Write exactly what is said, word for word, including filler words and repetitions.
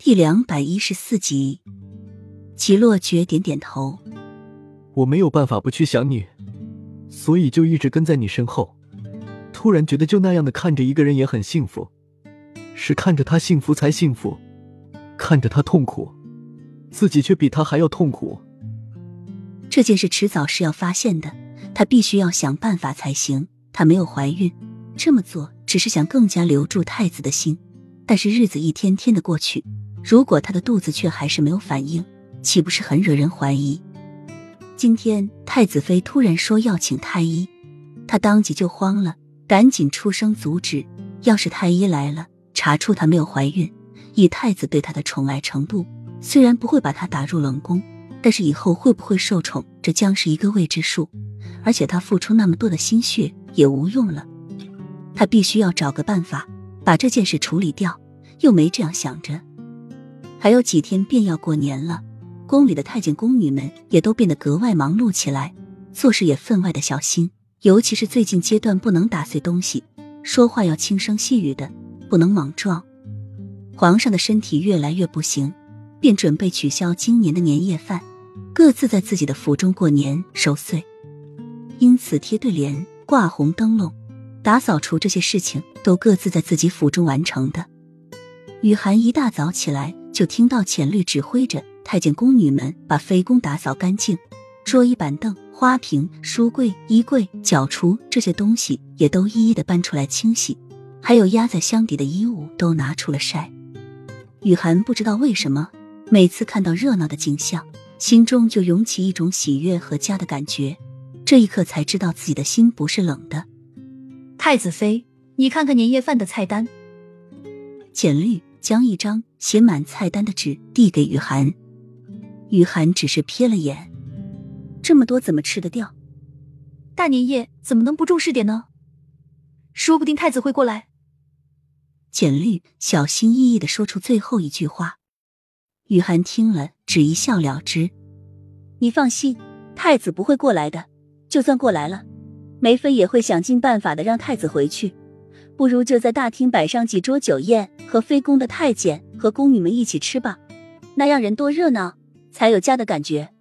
第两百一十四集。齐洛觉点点头， 我没有办法不去想你，所以就一直跟在你身后。突然觉得就那样的看着一个人也很幸福，是看着他幸福才幸福，看着他痛苦，自己却比他还要痛苦。 这件事迟早是要发现的，他必须要想办法才行。她没有怀孕，这么做只是想更加留住太子的心。但是日子一天天的过去，如果她的肚子却还是没有反应，岂不是很惹人怀疑？今天太子妃突然说要请太医，她当即就慌了，赶紧出声阻止。要是太医来了，查出她没有怀孕，以太子对她的宠爱程度，虽然不会把她打入冷宫，但是以后会不会受宠，这将是一个未知数。而且她付出那么多的心血也无用了，她必须要找个办法把这件事处理掉。又没这样想着，还有几天便要过年了，宫里的太监宫女们也都变得格外忙碌起来，做事也分外的小心，尤其是最近阶段不能打碎东西，说话要轻声细语的，不能莽撞。皇上的身体越来越不行，便准备取消今年的年夜饭，各自在自己的府中过年守岁。因此贴对联、挂红灯笼、打扫除这些事情都各自在自己府中完成的。雨涵一大早起来就听到浅绿指挥着太监宫女们把妃宫打扫干净，桌椅板凳、花瓶、书柜、衣柜、脚橱这些东西也都一一的搬出来清洗，还有压在箱底的衣物都拿出了晒。雨涵不知道为什么，每次看到热闹的景象，心中就涌起一种喜悦和家的感觉，这一刻才知道自己的心不是冷的。 太子妃，你看看年夜饭的菜单。 简绿将一张写满菜单的纸递给雨涵，雨涵只是瞥了眼，这么多怎么吃得掉？ 大年夜怎么能不重视点呢？说不定太子会过来。 简绿小心翼翼地说出最后一句话，雨涵听了只一笑了之。你放心，太子不会过来的，就算过来了，梅妃也会想尽办法的让太子回去。不如就在大厅摆上几桌酒宴，和妃宫的太监和宫女们一起吃吧，那让人多热闹，才有家的感觉。